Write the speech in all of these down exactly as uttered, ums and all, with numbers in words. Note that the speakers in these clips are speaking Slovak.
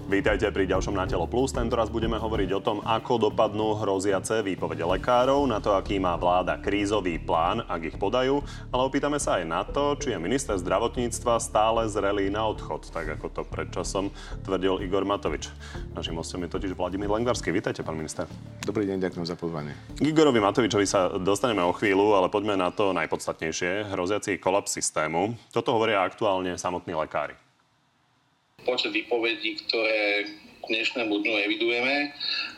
Vítajte pri ďalšom Na telo plus. Tentoraz budeme hovoriť o tom, ako dopadnú hroziace výpovede lekárov, na to, aký má vláda krízový plán, ak ich podajú, ale opýtame sa aj na to, či je minister zdravotníctva stále zrelý na odchod, tak ako to pred časom tvrdil Igor Matovič. Naším hostom je totiž Vladimír Lengvarský. Vítajte, pán minister. Dobrý deň, ďakujem za pozvanie. K Igorovi Matovičovi sa dostaneme o chvíľu, ale poďme na to najpodstatnejšie, hroziaci kolaps systému. Toto hovoria aktuálne samotní lekári. Počet výpovedí, ktoré k dnešnému dňu evidujeme, e,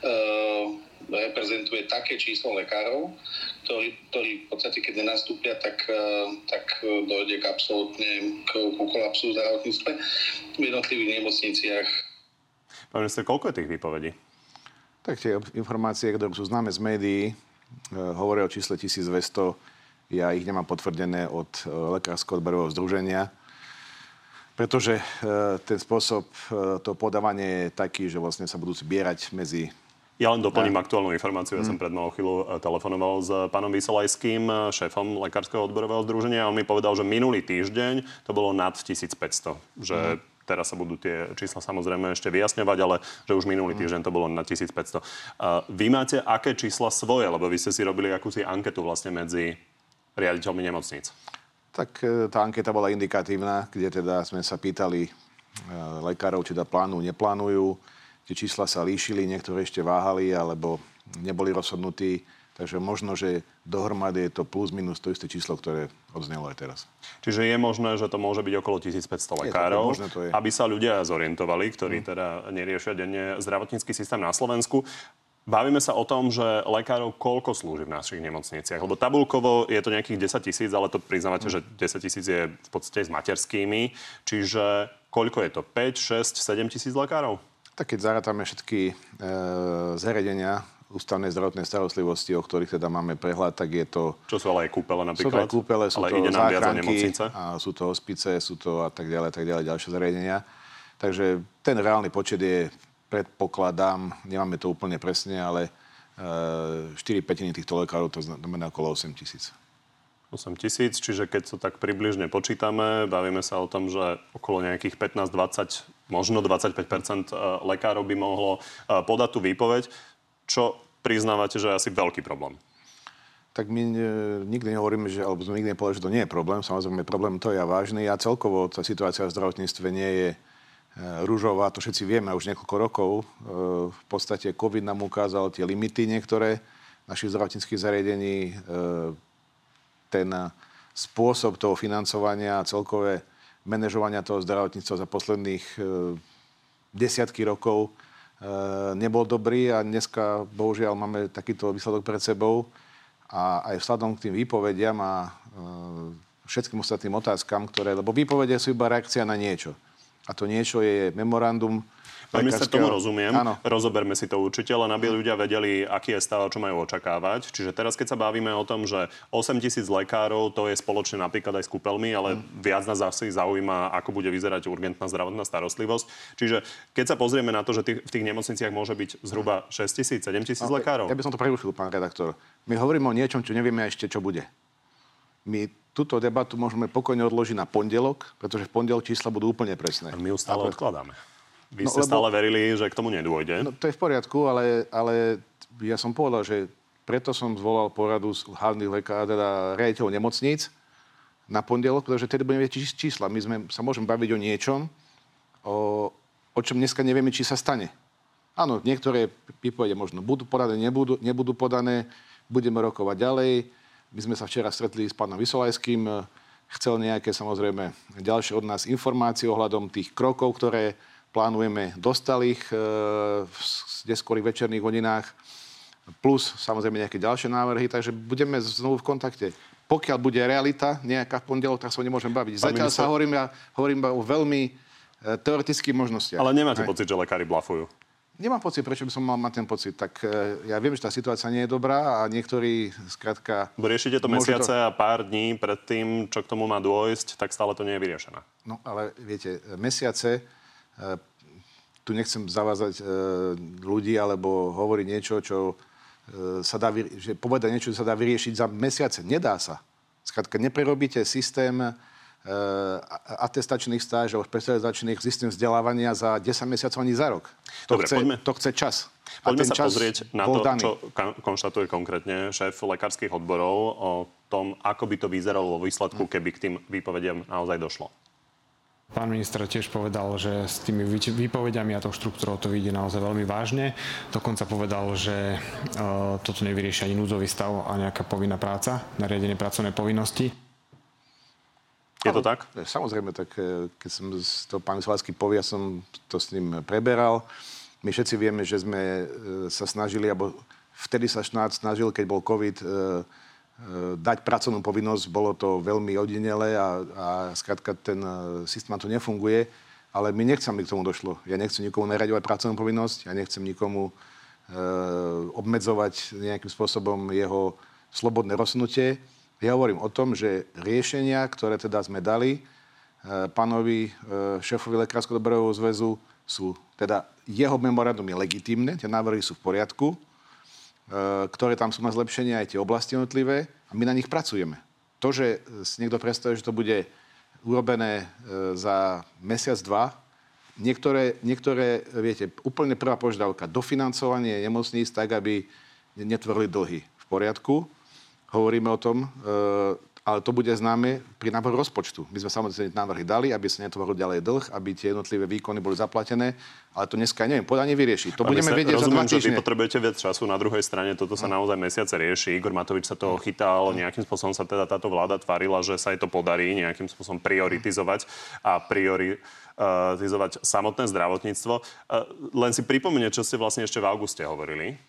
reprezentuje také číslo lekárov, ktorí, ktorí v podstate, keď nenastúpia, tak, e, tak dojde k absolútne k, k kolapsu v zdravotníctve v jednotlivých nemocniciach. Pán minister, koľko je tých výpovedí? Tak tie informácie, ktoré sú známe z médií, e, hovoria o čísle tisícdvesto. Ja ich nemám potvrdené od e, Lekárskeho odborového združenia. Pretože e, ten spôsob, e, to podávanie je taký, že vlastne sa budú zbierať medzi... Ja len doplním a... aktuálnu informáciu. Ja mm. som pred malou chvíľu telefonoval s pánom Vysolajským, šéfom Lekárskeho odborového združenia, a on mi povedal, že minulý týždeň to bolo nad tisícpäťsto. Že mm. teraz sa budú tie čísla samozrejme ešte vyjasňovať, ale že už minulý týždeň to bolo nad tisícpäťsto. Uh, vy máte aké čísla svoje? Lebo vy ste si robili akúsi anketu vlastne medzi riaditeľmi nemocníc. Tak tá anketa bola indikatívna, kde teda sme sa pýtali e, lekárov, či teda plánujú, neplánujú. Tie čísla sa líšili, niektoré ešte váhali, alebo neboli rozhodnutí. Takže možno, že dohromady je to plus minus to isté číslo, ktoré odznelo aj teraz. Čiže je možné, že to môže byť okolo tisícpäťsto lekárov, je to, možné to je. Aby sa ľudia zorientovali, ktorí mm. teda neriešia denne zdravotnícky systém na Slovensku. Bavíme sa o tom, že lekárov koľko slúži v našich nemocniciach. Lebo tabuľkovo je to nejakých desať tisíc, ale to priznávate, mm. že desať tisíc je v podstate s materskými. Čiže koľko je to? päť, šesť, sedem tisíc lekárov? Tak keď zarátame všetky e, zariadenia ústavnej zdravotnej starostlivosti, o ktorých teda máme prehľad, tak je to... Čo sú ale aj kúpele napríklad? Sú to aj kúpele, sú ale to ide nám viac o nemocnice? A sú to hospice, sú to a tak ďalej, tak ďalej, ďalšie zariadenia. Takže ten reálny počet je... Predpokladám, nemáme to úplne presne, ale e, štyri pätiny týchto lekárov, to znamená okolo osem tisíc. osem tisíc, čiže keď to tak približne počítame, bavíme sa o tom, že okolo nejakých pätnásť dvadsať, možno dvadsaťpäť percent lekárov by mohlo podať tú výpoveď, čo priznávate, že je asi veľký problém. Tak my e, nikdy nehovoríme, že, alebo sme nikdy nepovedali, že to nie je problém. Samozrejme, problém to je vážny a celkovo tá situácia v zdravotníctve nie je ružová, to všetci vieme už niekoľko rokov. V podstate COVID nám ukázal tie limity niektoré našich zdravotníckych zariadení. Ten spôsob toho financovania a celkové manažovania toho zdravotníctva za posledných desiatky rokov nebol dobrý a dneska bohužiaľ máme takýto výsledok pred sebou. A aj vzhľadom k tým výpovediam a všetkým ostatným otázkam, ktoré... Lebo výpovede sú iba reakcia na niečo. A to niečo je memorandum. Pán minister, tomu rozumiem. Áno. Rozoberme si to určite, len aby ľudia vedeli, aký je stav, čo majú očakávať. Čiže teraz, keď sa bavíme o tom, že osem tisíc lekárov, to je spoločne napríklad aj s kúpeľmi, ale mm. viac nás asi zaujíma, ako bude vyzerať urgentná zdravotná starostlivosť. Čiže keď sa pozrieme na to, že tých, v tých nemocniciach môže byť zhruba šesť tisíc, sedem tisíc no, lekárov. Ja by som to prerušil, pán redaktor. My hovoríme o niečom, čo nevieme ešte, čo bude. My túto debatu môžeme pokojne odložiť na pondelok, pretože v pondelok čísla budú úplne presné. A my ju stále Ako... odkladáme. Vy no, ste lebo... stále verili, že k tomu nedôjde. No, to je v poriadku, ale, ale ja som povedal, že preto som zvolal poradu z hlavných lekárov, teda riaditeľov nemocníc na pondelok, pretože tedy budeme vedieť čísla. My sme, sa môžeme baviť o niečom, o, o čom dneska nevieme, či sa stane. Áno, niektoré výpovede možno budú podané, nebudú, nebudú podané, budeme rokovať ďalej. My sme sa včera stretli s pánom Vysolajským. Chcel nejaké, samozrejme, ďalšie od nás informácie ohľadom tých krokov, ktoré plánujeme. Dostali ich e, v neskorých večerných hodinách. Plus, samozrejme, nejaké ďalšie návrhy. Takže budeme znovu v kontakte. Pokiaľ bude realita nejaká v pondelok, tak sa nemôžem baviť. Pán Zatiaľ minister... sa hovorím, ja hovorím o veľmi e, teoretických možnostiach. Ale nemáte Aj. pocit, že lekári blafujú? Nemám pocit, prečo by som mal mať ten pocit. Tak ja viem, že tá situácia nie je dobrá a niektorí skrátka... Bo riešite to mesiace to... a pár dní pred tým, čo k tomu má dôjsť, tak stále to nie je vyriešené. No ale viete, mesiace, tu nechcem zavázať ľudí alebo hovoriť niečo, čo sa dá, že povedať niečo, čo sa dá vyriešiť za mesiace. Nedá sa. Skrátka, neprerobíte systém atestačných stážov, špecializačných s istým vzdelávania za desať mesiacov ani za rok. To, Dobre, chce, poďme, to chce čas. Poďme sa pozrieť na to, daný. čo konštatuje konkrétne šéf lekárskych odborov o tom, ako by to vyzeralo vo výsledku, keby k tým výpovediam naozaj došlo. Pán minister tiež povedal, že s tými výpovediami a tou štruktúrou to vyjde naozaj veľmi vážne. Dokonca povedal, že uh, toto nevyrieši ani núdzový stav a nejaká povinná práca, nariadenie pracovnej povinnosti. Je to tak? Samozrejme, tak keď som to pán Vysolácky povie, ja som to s ním preberal. My všetci vieme, že sme sa snažili, alebo vtedy sa štát snažil, keď bol COVID, dať pracovnú povinnosť. Bolo to veľmi ojedinelé a, a skrátka ten systém tu nefunguje. Ale my nechcem, aby k tomu došlo. Ja nechcem nikomu nariadovať pracovnú povinnosť, ja nechcem nikomu e, obmedzovať nejakým spôsobom jeho slobodné rozhodnutie. Ja hovorím o tom, že riešenia, ktoré teda sme dali e, pánovi e, šéfovi Lekárskeho odborového zväzu, sú teda jeho memorandum je legitímne, tie návrhy sú v poriadku, ktoré tam sú na zlepšenie, aj tie oblasti jednotlivé, a my na nich pracujeme. To, že si niekto predstavuje, že to bude urobené za mesiac, dva, niektoré, niektoré viete, úplne prvá požiadavka, dofinancovanie nemocníc tak, aby netvorili dlhy. V poriadku, hovoríme o tom, ale to bude známe pri návrhu rozpočtu. My sme samozrejme návrhy dali, aby sa netvoril ďalej dlh, aby tie jednotlivé výkony boli zaplatené, ale to dneska, neviem, podanie vyrieši. To budeme vedieť za dva týždne. Rozumiem, že vy potrebujete viac času. Na druhej strane toto sa naozaj mesiace rieši. Igor Matovič sa toho chytal, nejakým spôsobom sa teda táto vláda tvárila, že sa jej to podarí nejakým spôsobom prioritizovať a prioritizovať samotné zdravotníctvo. Len si pripomenieť, čo ste vlastne ešte v auguste hovorili.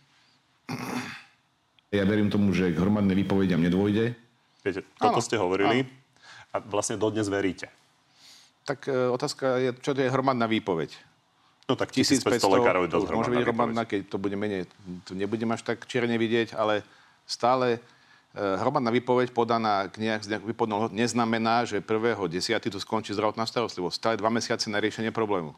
Ja verím tomu, že k hromadným výpovediam nedôjde. Viete, toto áno, ste hovorili áno. A vlastne dodnes veríte. Tak e, otázka je, čo to je hromadná výpoveď? No tak tisícpäťsto lekárov je dosť hromadná môže byť hromadná, keď to bude menej, to nebudem až tak čierne vidieť, ale stále e, hromadná výpoveď podaná k nejak výpovednou neznamená, že prvého desiateho tu skončí zdravotná starostlivosť. Stále dva mesiace na riešenie problému.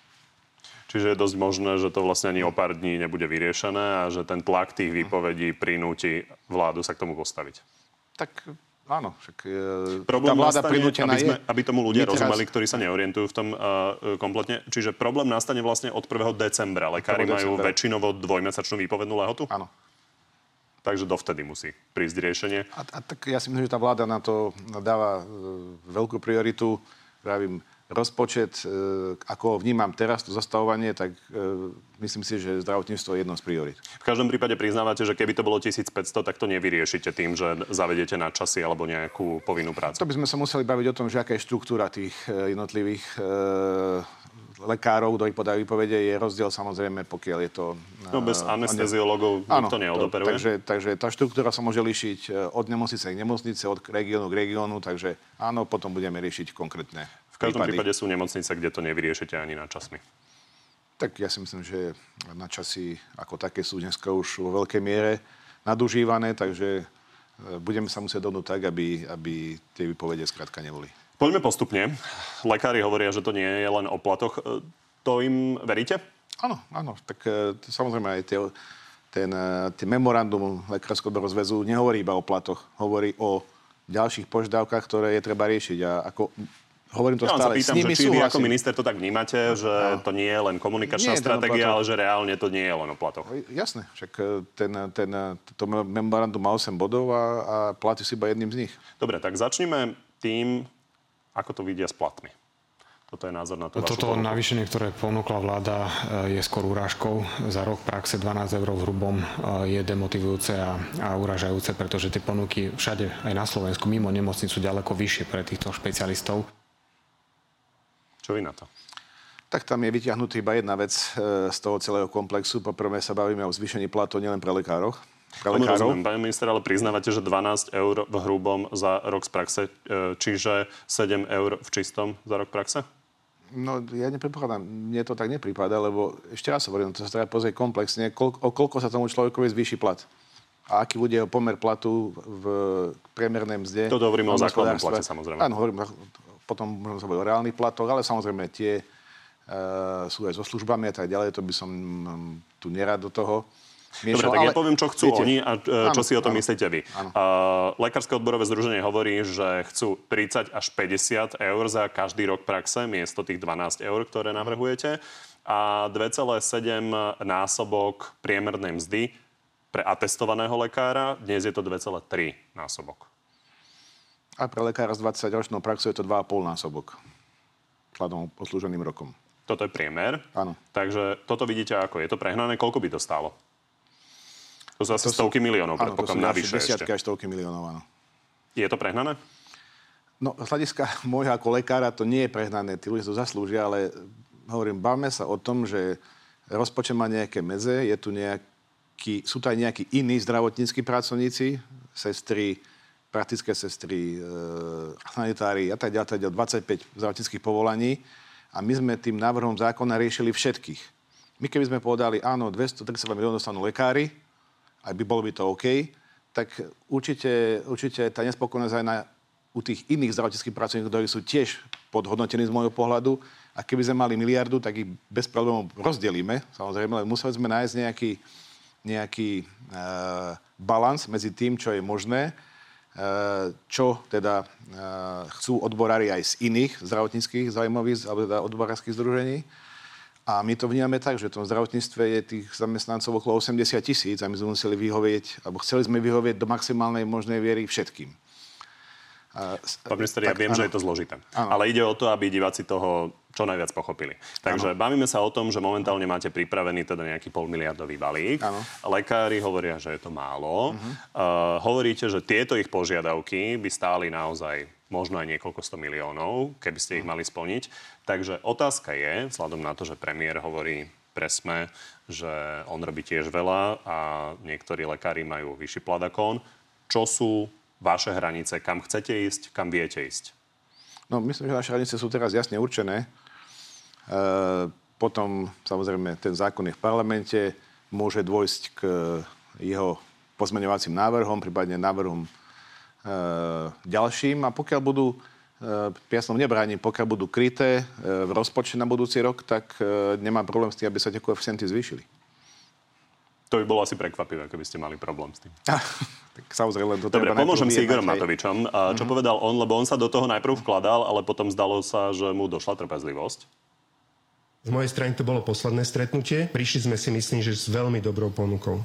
Čiže je dosť možné, že to vlastne ani o pár dní nebude vyriešené a že ten tlak tých výpovedí prinúti vládu sa k tomu postaviť. Tak áno, však problém tá vláda nastane, prinútená aby, sme, je. aby tomu ľudia teraz... rozumeli, ktorí sa neorientujú v tom uh, kompletne. Čiže problém nastane vlastne od prvého decembra. Lekári majú decembra. väčšinovo dvojmesačnú výpovednú lehotu? Áno. Takže dovtedy musí prísť riešenie. A, a tak ja si myslím, že tá vláda na to dáva e, veľkú prioritu. Pravím, rozpočet, e, ako ho vnímam teraz, to zastavovanie, tak e, myslím si, že zdravotníctvo je jednou z priorit. V každom prípade priznávate, že keby to bolo tisícpäťsto, tak to nevyriešite tým, že zavedete na časy alebo nejakú povinnú prácu. To by sme sa museli baviť o tom, že aká je štruktúra tých jednotlivých e, lekárov, ktorí podajú výpovede. Je rozdiel samozrejme, pokiaľ je to... No bez anesteziológov nikto neodoperuje. Takže, takže tá štruktúra sa môže líšiť od nemocnice k nemocnice, od regiónu k regiónu, takže áno, potom budeme riešiť konkrétne V každom prípady. prípade sú nemocnice, kde to nevyriešite ani na časmi. Tak ja si myslím, že na časy ako také sú dneska už vo veľkej miere nadužívané, takže budeme sa musieť dohodnúť tak, aby, aby tie výpovede skrátka neboli. Poďme postupne. Lekári hovoria, že to nie je len o platoch. To im veríte? Áno, áno. Tak to, samozrejme aj tie, ten, ten memorandum Lekárskeho odborového zväzu nehovorí iba o platoch. Hovorí o ďalších požiadavkách, ktoré je treba riešiť. A ako hovorím to ja stále, sa pýtam, s nimi že či vy súhlasím. ako minister to tak vnímate, že no. to nie je len komunikačná nie stratégia, ale že reálne to nie je len o platoch. Jasné, však ten, ten, to memorandum má osem bodov a, a platy si iba jedným z nich. Dobre, tak začneme tým, ako to vidia s platmi. Toto je názor na to. Toto navýšenie, ktoré ponúkla vláda, je skôr urážkou. Za rok praxe dvanásť eur v hrubom je demotivujúce a, a urážajúce, pretože tie ponuky všade, aj na Slovensku, mimo nemocnic sú ďaleko vyššie pre týchto špecialistov. Čo vy na to? Tak tam je vyťahnutý iba jedna vec z toho celého komplexu. Poprvé sa bavíme o zvýšení platov nielen pre lekárov. Tomu rozumiem, pán minister, ale priznávate, že dvanásť eur v hrubom za rok z praxe, čiže sedem eur v čistom za rok praxe? No, ja nepredpokladám. Mne to tak neprípada, lebo ešte raz hovorím, to sa treba pozrieť komplexne, koľko, o koľko sa tomu človekovi zvýši plat. A aký bude pomer platu v priemernej mzde. Toto hovoríme o základnom plate, samozrejme. Áno, hovorím, potom môžeme sa povedať o reálnych platoch, ale samozrejme tie uh, sú aj so službami a tak ďalej, to by som um, tu nerad do toho. Dobre, tak ale, ja poviem, čo chcú viete, oni a čo áno, si o tom áno, myslíte vy. Uh, Lekárske odborové združenie hovorí, že chcú tridsať až päťdesiat eur za každý rok praxe, miesto tých dvanásť eur, ktoré navrhujete, a dva celé sedem násobok priemernej mzdy pre atestovaného lekára. Dnes je to dva celé tri násobok. A pre lekára s dvadsaťročnou praxou je to dva celé päť násobok. Vzhľadom odslúženým rokom. Toto je priemer. Áno. Takže toto vidíte ako. Je to prehnané? Koľko by to stálo? To sú asi to stovky sú, miliónov, predpokladám, navyše ešte. Desiatky až stovky miliónov, áno. Je to prehnané? No, z hľadiska môjho ako lekára to nie je prehnané. Tí ľudia to zaslúžia, ale hovorím, bavme sa o tom, že rozpočet má nejaké medze, je tu nejaký, sú tu aj nejakí iní zdravotníckí pracovníci, sestry, praktické sestry, e, sanitári a tak ďalej, tak ďalej, dvadsaťpäť zdravotníckych povolaní. A my sme tým návrhom zákona riešili všetkých. My keby sme povedali, áno, dvestotridsaťdva miliónov dostanú lekári, aj by bolo by to OK, tak určite, určite tá nespokojnosť aj na, u tých iných zdravotníckych pracovníkov, ktorí sú tiež podhodnotení z môjho pohľadu. A keby sme mali miliardu, tak ich bez problémov rozdelíme, samozrejme, ale museli sme nájsť nejaký, nejaký e, balans medzi tým, čo je možné, e, čo teda e, chcú odborári aj z iných zdravotníckych zaujímavých alebo teda odborárskych združení. A my to vnímame tak, že v tom zdravotníctve je tých zamestnancov okolo osemdesiat tisíc a my sme museli vyhovieť, alebo chceli sme vyhovieť do maximálnej možnej viery všetkým. Pán minister, ja viem, áno, že je to zložité. Áno. Ale ide o to, aby diváci toho čo najviac pochopili. Takže áno, bavíme sa o tom, že momentálne máte pripravený teda nejaký polmiliardový balík. Áno. Lekári hovoria, že je to málo. Uh-huh. Uh, hovoríte, že tieto ich požiadavky by stáli naozaj možno aj niekoľko sto miliónov, keby ste ich mali splniť. Takže otázka je, vzhľadom na to, že premiér hovorí pre SME, že on robí tiež veľa a niektorí lekári majú vyšší plat ako on, čo sú vaše hranice, kam chcete ísť, kam viete ísť? No, myslím, že naše hranice sú teraz jasne určené. E, potom, samozrejme, ten zákon je v parlamente, môže dôjsť k jeho pozmeňovacím návrhom, prípadne návrhom e, ďalším. A pokiaľ budú, e, ja som nebránim, pokiaľ budú kryté e, v rozpočte na budúci rok, tak e, nemám problém s tým, aby sa tie koeficienty zvýšili. To by bolo asi prekvapivé, keby ste mali problém s tým. Tak samozrejme, to dobre, pomôžem si Igorom Matovičom. A čo uh-huh. povedal on, lebo on sa do toho najprv vkladal, ale potom zdalo sa, že mu došla trpezlivosť. Z mojej strany to bolo posledné stretnutie. Prišli sme si, myslím, že s veľmi dobrou ponukou.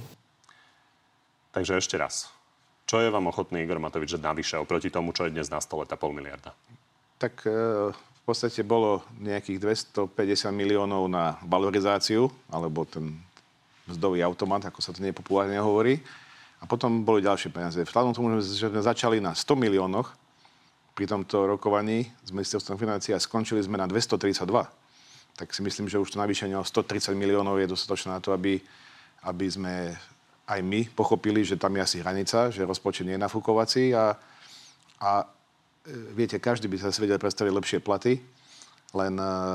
Takže ešte raz. Čo je vám ochotný Igor Matovič navyše oproti tomu, čo je dnes na stole, tá pol miliarda? Tak e, v podstate bolo nejakých dvestopäťdesiat miliónov na valorizáciu, alebo ten mzdový automat, ako sa to nepopulárne hovorí. A potom boli ďalšie peniaze. Vzhľadom tomu, že sme začali na sto miliónoch pri tomto rokovaní s ministerstvom financií a skončili sme na dvestotridsaťdva, tak si myslím, že už to navýšenie o stotridsať miliónov je dostatočné na to, aby, aby sme aj my pochopili, že tam je asi hranica, že rozpočet nie je nafúkovací a, a viete, každý by sa vedel predstaviť lepšie platy, len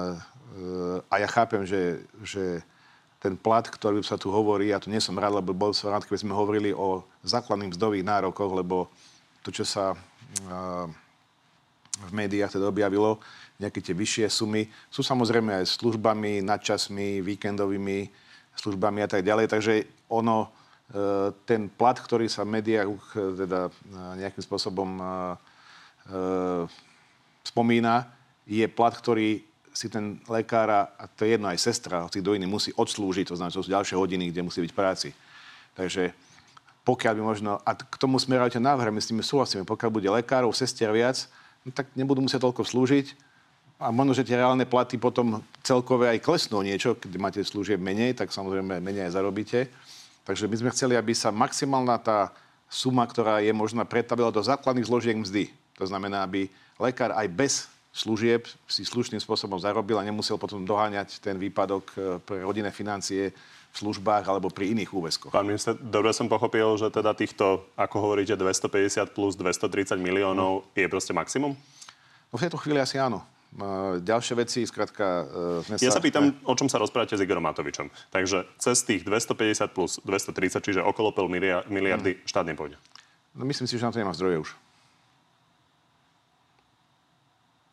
a ja chápem, že, že ten plat, ktorý sa tu hovorí, ja tu nie som rád, lebo bol som rád, keby sme hovorili o základných mzdových nárokoch, lebo to, čo sa uh, v médiách teda objavilo, nejaké tie vyššie sumy, sú samozrejme aj službami, nadčasmi, víkendovými službami a tak ďalej. Takže ono, uh, ten plat, ktorý sa v médiách uh, teda, uh, nejakým spôsobom uh, uh, spomína, je plat, ktorý si ten lekár, a to je jedno aj sestra, hoci do iný musí odslúžiť, to znamená, že to sú ďalšie hodiny, kde musí byť v práci. Takže pokiaľ by možno, a k tomu smerovate návrh, my s tým súhlasíme, pokiaľ bude lekárov, sestier viac, no tak nebudú musieť toľko slúžiť a možno, že tie reálne platy potom celkové aj klesnú niečo, keď máte služieb menej, tak samozrejme menej aj zarobíte. Takže my sme chceli, aby sa maximálna tá suma, ktorá je možná, pretavila do základných zložiek mzdy. To znamená, aby lekár aj bez služieb si slušným spôsobom zarobil a nemusel potom doháňať ten výpadok pre rodinné financie v službách alebo pri iných úväzkoch. Pán minister, dobre som pochopil, že teda týchto, ako hovoríte, dvestopäťdesiat plus dvestotridsať miliónov je proste maximum? No v tejto chvíli asi áno. Ďalšie veci, skrátka... Ja sa pýtam, o čom sa rozprávate s Igorom Matovičom. Takže cez tých dvestopäťdesiat plus dvestotridsať, čiže okolo pol miliardy, hmm. štát nepôjde. No myslím si, že na to nemá zdroje už.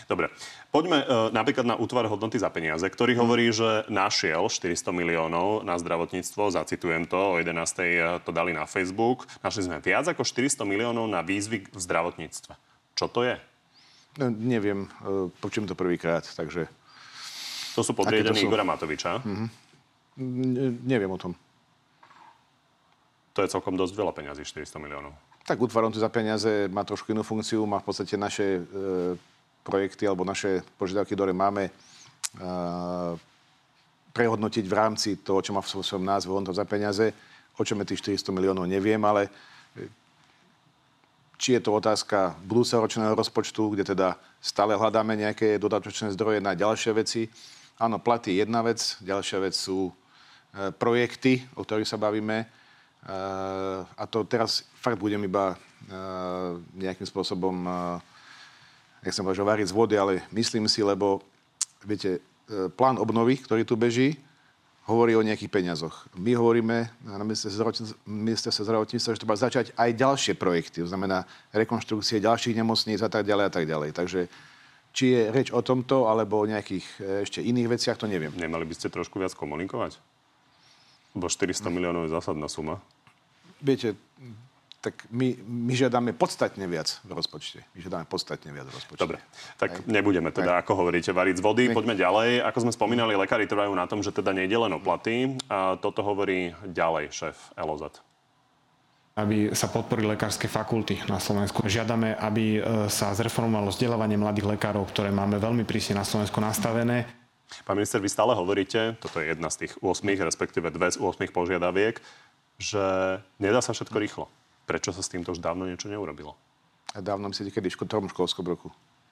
Dobre. Poďme uh, napríklad na útvar hodnoty za peniaze, ktorý hmm. hovorí, že našiel štyristo miliónov na zdravotníctvo. Zacitujem to, o jedenástej to dali na Facebook. Našli sme viac ako štyristo miliónov na výzvy v zdravotníctve. Čo to je? No, neviem, uh, počujem to prvýkrát, takže... To sú podriadení sú... Igora Matoviča. Mm-hmm. Ne, neviem o tom. To je celkom dosť veľa peňazí, štyristo miliónov. Tak útvar hodnoty za peniaze má trošku inú funkciu, má v podstate naše e, projekty alebo naše požiadavky, ktoré máme e, prehodnotiť v rámci toho, čo má v svojom názve hodnota za peniaze. O čom je tých štyristo miliónov, neviem, ale či je to otázka budúceho ročného rozpočtu, kde teda stále hľadáme nejaké dodatočné zdroje na ďalšie veci. Áno, platy je jedna vec, ďalšia vec sú e, projekty, o ktorých sa bavíme. Uh, a to teraz fakt budem iba uh, nejakým spôsobom, uh, nechcem povedať, že variť z vody, ale myslím si, lebo viete, uh, plán obnovy, ktorý tu beží, hovorí o nejakých peniazoch. My hovoríme na ministerstve zdravotníctva, že to má začať aj ďalšie projekty, to znamená rekonštrukcie ďalších nemocníc a tak ďalej a tak ďalej. Takže či je reč o tomto, alebo o nejakých ešte iných veciach, to neviem. Nemali by ste trošku viac komunikovať? Lebo štyristo miliónov je zásadná suma. Viete, tak my, my žiadame podstatne viac v rozpočte. My žiadame podstatne viac v rozpočte. Dobre, tak Aj. nebudeme teda, Aj. ako hovoríte, variť z vody. Aj. Poďme ďalej. Ako sme spomínali, lekári trvajú na tom, že teda nejde len o platy. A toto hovorí ďalej šéf el ó zet. Aby sa podporili lekárske fakulty na Slovensku. Žiadame, aby sa zreformovalo vzdelávanie mladých lekárov, ktoré máme veľmi prísne na Slovensku nastavené. Pán minister, vy stále hovoríte, toto je jedna z tých ôsmich, respektíve dve z ôsmich požiadaviek, že nedá sa všetko rýchlo. Prečo sa s týmto už dávno niečo neurobilo? A dávno myslíte, kedy v tom školskom roku?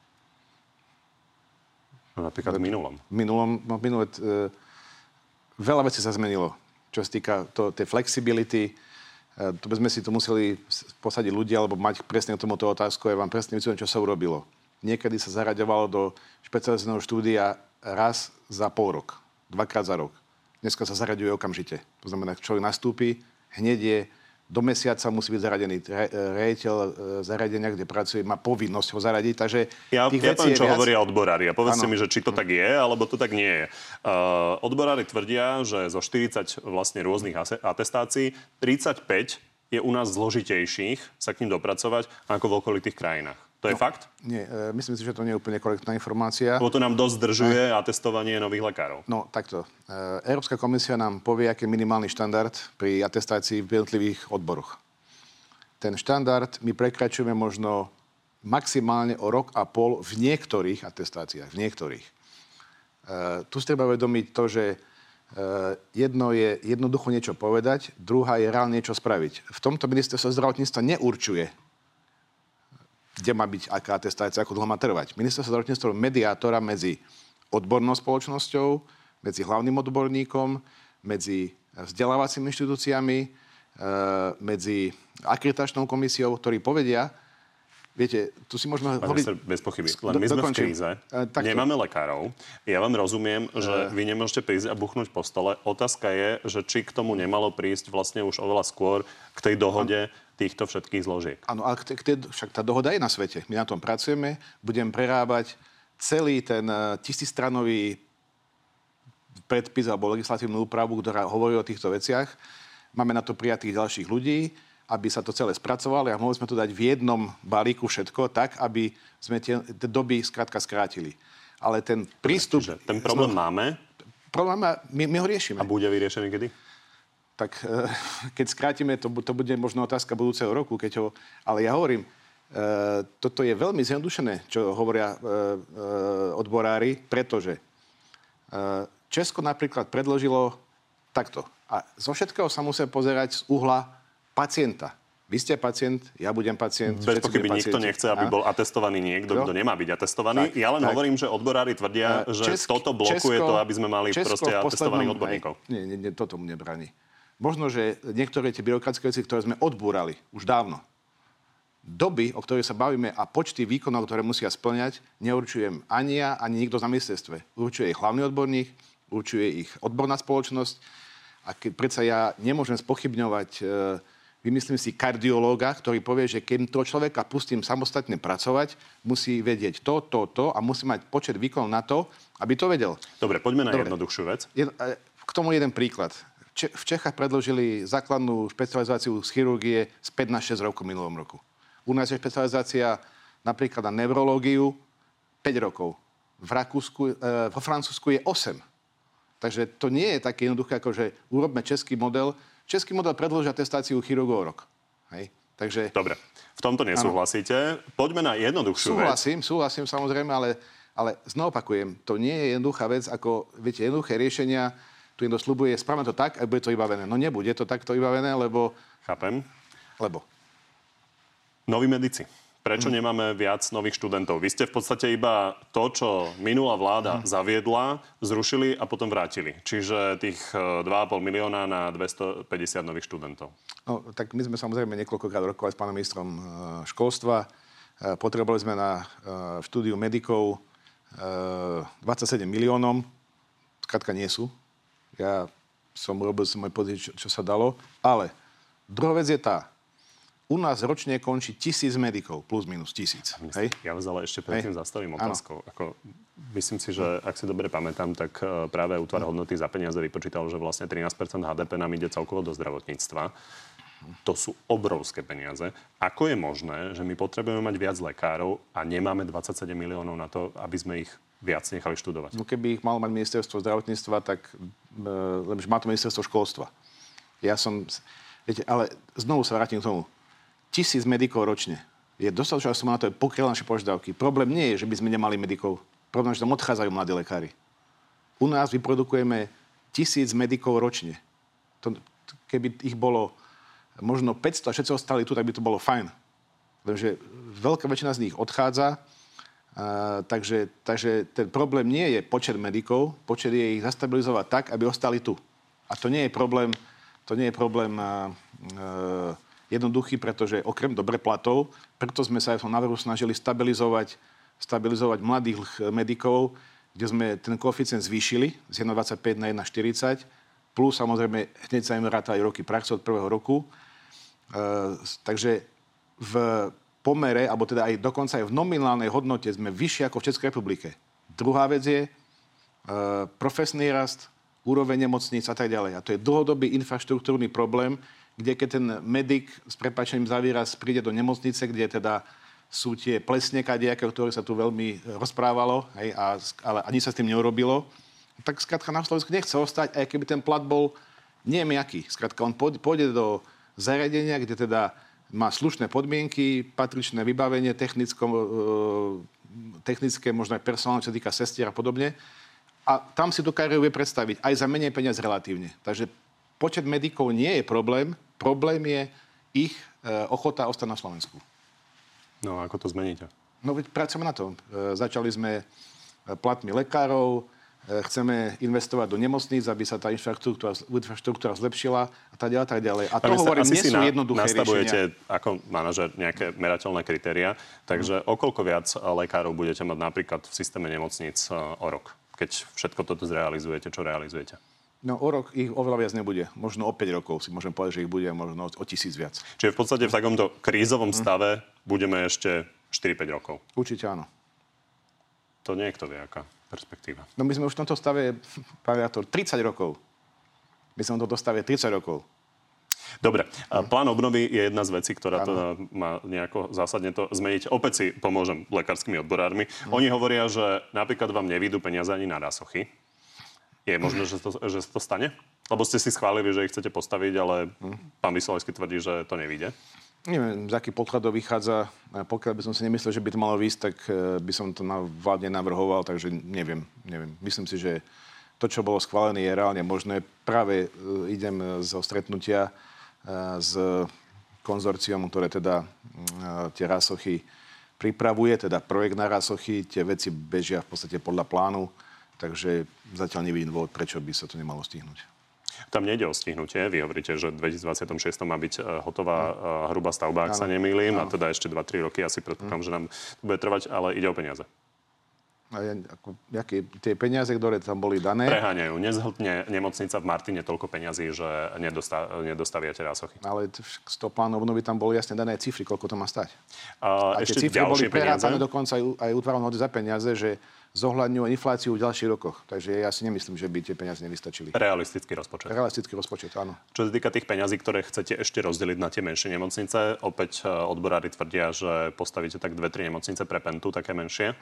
No, napríklad v minulom. V minulom, no minulé, e, veľa vecí sa zmenilo. Čo sa týka to, tej flexibility, e, to by sme si to museli posadiť ľudia, alebo mať presne k tomuto otázku. Ja vám presne vysvetlím, čo sa urobilo. Niekedy sa zaraďovalo do špecializovaného štúdia raz za pol rok, dvakrát za rok. Dneska sa zaraďuje okamžite. To znamená, človek nastúpi, hneď je, do mesiaca musí byť zaradený riaditeľ zariadenia, kde pracuje, má povinnosť ho zaradiť. Takže ja tých ja vecí poviem, čo viac. hovoria odborári. A povedzte ano. mi, že či to tak je, alebo to tak nie je. Uh, odborári tvrdia, že zo štyridsať vlastne rôznych atestácií tridsaťpäť je u nás zložitejších sa k ním dopracovať ako v okolitých krajinách. To je no, fakt? Nie, e, myslím si, že to nie je úplne korektná informácia. Lebo to nám dosť zdržuje Aj. atestovanie nových lekárov. No, takto. E, Európska komisia nám povie, aký je minimálny štandard pri atestácii v jednotlivých odboroch. Ten štandard my prekračujeme možno maximálne o rok a pol v niektorých atestáciách. V niektorých. E, tu si treba vedomiť to, že e, jedno je jednoducho niečo povedať, druhá je reálne niečo spraviť. V tomto ministerstvo zdravotníctva neurčuje, kde má byť aká atestácia, ako dlho má trvať. Ministerstvo zdravotníctva je mediátora medzi odbornou spoločnosťou, medzi hlavným odborníkom, medzi vzdelávacími inštitúciami, e, medzi akreditačnou komisiou, ktorí povedia, viete, tu si môžeme hovoriť... Bez pochyby. Len my sme dokončím. v kríze, e, nemáme lekárov. Ja vám rozumiem, že e... vy nemôžete prísť a buchnúť po stole. Otázka je, že či k tomu nemalo prísť vlastne už oveľa skôr k tej dohode týchto všetkých zložiek. Áno, ale k t- však tá dohoda je na svete. My na tom pracujeme, budem prerábať celý ten uh, tisícstranový predpis alebo legislatívnu úpravu, ktorá hovorí o týchto veciach. Máme na to prijatých ďalších ľudí, aby sa to celé spracovali a mohli sme to dať v jednom balíku všetko, tak, aby sme tie, tie doby skrátka skrátili. Ale ten prístup... Čiže ten problém no, máme? Problém má, my, my ho riešime. A bude vyriešený kedy? Tak keď skrátime, to, to bude možno otázka budúceho roku, keď ho... Ale ja hovorím, e, toto je veľmi zjednodušené, čo hovoria e, e, odborári, pretože e, Česko napríklad predložilo takto. A zo všetkého sa musia pozerať z uhla pacienta. Vy ste pacient, ja budem pacient. Bez pochyby nikto nechce, aby bol atestovaný niekto, kto nemá byť atestovaný. Tak, ja len tak. hovorím, že odborári tvrdia, že Česk, toto blokuje Česko, to, aby sme mali Česko proste atestovaných odborníkov. Aj, nie, nie, nie, toto mu nebráni. Možno, že niektoré tie byrokratické veci, ktoré sme odbúrali už dávno, doby, o ktorých sa bavíme a počty výkonov, ktoré musia spĺňať, neurčujem ani ja, ani nikto na ministerstve. Určuje ich hlavný odborník, určuje ich odborná spoločnosť. A keď predsa ja nemôžem spochybňovať e, vymyslím si kardiológa, ktorý povie, že keď toho človeka pustím samostatne pracovať, musí vedieť to, to, to a musí mať počet výkonov na to, aby to vedel. Dobre, poďme na Dobre. jednoduchšiu vec. Je, k tomu jeden príklad. Če- v Čechách predložili základnú špecializáciu z chirurgie z päť na šesť rokov minulom roku. U nás je špecializácia napríklad na neurológiu päť rokov. V Rakúsku, e, vo Francúzsku je osem. Takže to nie je také jednoduché, ako že urobme český model. Český model predĺžia testáciu chirurgov rok. Hej? Takže... Dobre, v tomto nesúhlasíte. Ano. Poďme na jednoduchšiu súhlasím, vec. Súhlasím, samozrejme, ale, ale znovu opakujem, to nie je jednoduchá vec, ako, viete, jednoduché riešenia, tu niekto sľubuje, spravme to tak a bude to vybavené. No nebude to takto vybavené, lebo... Chápem. Lebo? Noví medici. Prečo mm. nemáme viac nových študentov? Vy ste v podstate iba to, čo minulá vláda mm. zaviedla, zrušili a potom vrátili. Čiže tých dva a pol milióna na dvestopäťdesiat nových študentov. No, tak my sme samozrejme niekoľkokrát rokovali s pánom ministrom školstva. Potrebovali sme na štúdiu medikov dvadsaťsedem miliónov. Skrátka nie sú. Ja som robil som môj pozície, čo, čo sa dalo. Ale druhá vec je tá. U nás ročne končí tisíc medikov, plus minus tisíc. Hej? Ja vás ale ešte predtým zastavím otázkou. Ako, myslím si, že ak si dobre pamätám, tak práve útvar hodnoty za peniaze vypočítal, že vlastne trinásť percent há dé pé nám ide celkovo do zdravotníctva. To sú obrovské peniaze. Ako je možné, že my potrebujeme mať viac lekárov a nemáme dvadsaťsedem miliónov na to, aby sme ich viac nechali študovať? No keby ich malo mať ministerstvo zdravotníctva, tak e, má to ministerstvo školstva. Ja som... Viete, ale znovu sa vrátim k tomu. Tisíc medikov ročne. Je dostatočná suma na to, aby pokryla naše požiadavky. Problém nie je, že by sme nemali medikov. Problém je, že tam odchádzajú mladí lekári. U nás vyprodukujeme tisíc medikov ročne. To, keby ich bolo možno päťsto a všetci ostali tu, tak by to bolo fajn. Takže veľká väčšina z nich odchádza. A, takže, takže ten problém nie je počet medikov, počet je ich zastabilizovať tak, aby ostali tu. A to nie je problém, to nie je problém a, a, jednoduchý, pretože okrem dobre platov, preto sme sa aj v tom návrhu snažili stabilizovať, stabilizovať mladých medikov, kde sme ten koeficient zvýšili z jeden dvadsaťpäť na jeden štyridsať, plus samozrejme hneď sa im rátali roky praxe od prvého roku. E, takže v pomere, alebo teda aj dokonca aj v nominálnej hodnote sme vyššie ako v Českej republike. Druhá vec je e, profesný rast, úroveň nemocníc a tak ďalej. A to je dlhodobý infraštruktúrny problém, kde keď ten medic s prepáčením za výraz príde do nemocnice, kde teda sú tie plesne kadejaké, o ktorých sa tu veľmi rozprávalo, hej, a, ale ani sa s tým neurobilo, tak skrátka na Slovensku nechce ostať, aj keby ten plat bol neviem aký. Skrátka on pôjde do zariadenia, kde teda má slušné podmienky, patričné vybavenie, technicko, technické, možno aj personálne, čo týka sestier a podobne. A tam si tú kariéru vie predstaviť aj za menej peniaz relatívne. Takže počet medikov nie je problém. Problém je ich e, ochota ostať na Slovensku. No a ako to zmeníte? No veď pracujeme na to. E, začali sme platmi lekárov, e, chceme investovať do nemocníc, aby sa tá infraštruktúra, infraštruktúra zlepšila a tak ďalej, tak ďalej. A to hovorím, nie sú jednoduché riešenia. Nastavujete ako manažer nejaké merateľné kritéria, takže hmm. o koľko viac lekárov budete mať napríklad v systéme nemocníc o rok, keď všetko toto zrealizujete, čo realizujete? No o rok ich oveľa viac nebude. Možno o päť rokov si môžem povedať, že ich bude možno o tisíc viac. Čiže v podstate v takomto krízovom stave mm. budeme ešte štyri päť rokov? Určite áno. To niekto vie, aká perspektíva. No my sme už v tomto stave, pán redaktor, tridsať rokov. My sme v tomto stave tridsať rokov. Dobre. Mm. Plán obnovy je jedna z vecí, ktorá to má nejako zásadne to zmeniť. Opäť si pomôžem lekárskými odborármi. Mm. Oni hovoria, že napríklad vám nevídu peniaze ani na rásochy. Je možné, že to, že to stane? Lebo ste si schválili, že ich chcete postaviť, ale pán Vysolajský tvrdí, že to nevyjde. Neviem, z akých podkladov vychádza. Pokiaľ by som si nemyslel, že by to malo výjsť, tak by som to na vládne navrhoval, takže neviem, neviem. Myslím si, že to, čo bolo schválené, je reálne možné. Práve idem zo stretnutia s konzorciom, ktoré teda tie rásochy pripravuje, teda projekt na rásochy. Tie veci bežia v podstate podľa plánu. Takže zatiaľ nevidím dôvod, prečo by sa to nemalo stihnúť. Tam nejde o stihnutie. Vy hovoríte, že v dvetisícdvadsaťšesť má byť hotová no. hrubá stavba, ak no. sa nemýlim. No. A teda ešte dva tri roky asi predpokladám, no. že nám to bude trvať, ale ide o peniaze. A ja, ako, jaké, tie peniaze, ktoré tam boli dané... Preháňajú. Nezhltne nemocnica v Martine toľko peňazí, že nedostá, nedostaviate rásochy. Ale z toho plánu obnovy tam boli jasne dané cifry, koľko to má stať. A, A ešte tie cifry boli ďalšie peniaze? prerátané dokonca aj, aj útvarom za peniaze, že zohľadňujú infláciu v ďalších rokoch. Takže ja si nemyslím, že by tie peniaze nevystačili. Realistický rozpočet. Realistický rozpočet, áno. Čo sa týka tých peňazí, ktoré chcete ešte rozdeliť na tie menšie nemocnice, opäť odborári tvrdia, že postavíte tak dve, tri nemocnice pre Pentu, také menšie.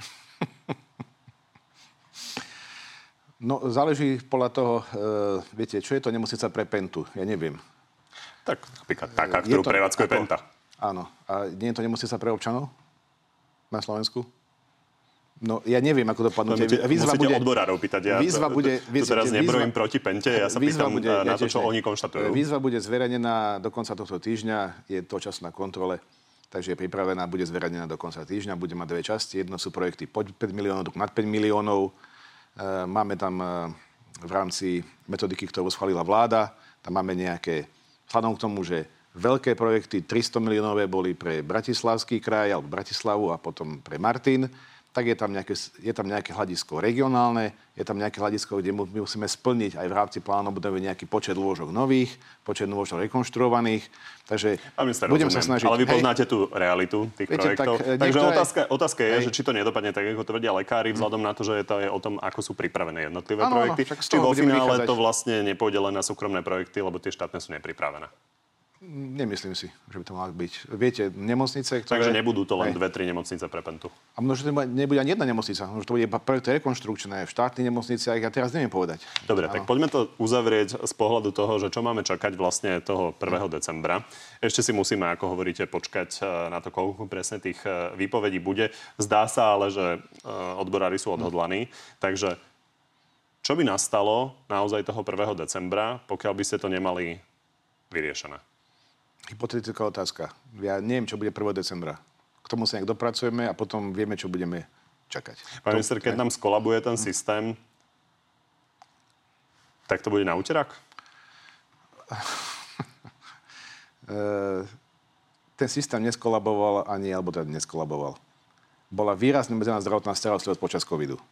No, záleží podľa toho, e, viete, čo je to nemocnica pre Pentu? Ja neviem. Tak napríklad taká, ktorú prevádzkuje Penta. Áno. A nie je to nemocnica pre občanov na Slovensku? No, ja neviem, ako dopadnú. Musíte, musíte bude, odborárov pýtať. Ja výzva bude, tu teraz nebrojím proti Pente, ja sa pýtam bude, na ja to, čo ne. oni konštatujú. Výzva bude zverejnená do konca tohto týždňa, je to čas na kontrole, takže je pripravená, bude zverejnená do konca týždňa, bude mať dve časti. Jedno sú projekty pod päť miliónov, druhé nad päť miliónov. Máme tam v rámci metodiky, ktorú schválila vláda, tam máme nejaké, vzhľadom k tomu, že veľké projekty tristo miliónové boli pre Bratislavský kraj alebo Bratislavu a potom pre Martin, tak je tam, nejaké, je tam nejaké hľadisko regionálne, je tam nejaké hľadisko, kde my musíme splniť aj v rámci plánu budovy nejaký počet lôžok nových, počet lôžok rekonštruovaných. Takže budem sa snažiť. Ale vy poznáte hej, tú realitu tých viete, projektov. Tak, Takže niektoré... otázka, otázka je, hej, že či to nedopadne tak, ako tvrdia lekári, vzhľadom na to, že je to je o tom, ako sú pripravené jednotlivé ano, projekty. No, či vo finále vychádzať. To vlastne nepôjde len na súkromné projekty, lebo tie štátne sú nepripravené. Nemyslím si, že by to malo byť. Viete, nemocnice, ktoré... Takže nebudú to len dve, tri nemocnice pre Pentu. A možno, že to nebude ani jedna nemocnica. Možno, že to bude iba projekty rekonštrukčné v štátnych nemocniciach. Ja teraz neviem povedať. Dobre, ano. Tak poďme to uzavrieť z pohľadu toho, že čo máme čakať vlastne toho prvého decembra. Ešte si musíme, ako hovoríte, počkať na to, koľko presne tých výpovedí bude. Zdá sa ale, že odborári sú odhodlaní. Takže čo by nastalo naozaj toho prvého decembra, pokiaľ by ste to nemali vyriešené? Hypotetická otázka. Ja neviem, čo bude prvého decembra. K tomu sa nejak dopracujeme a potom vieme, čo budeme čakať. Pán minister, keď nám skolabuje ten systém, tak to bude na úterák? Ten systém neskolaboval ani, alebo teda neskolaboval. Bola výrazne medzená zdravotná starostlivosť počas covidu.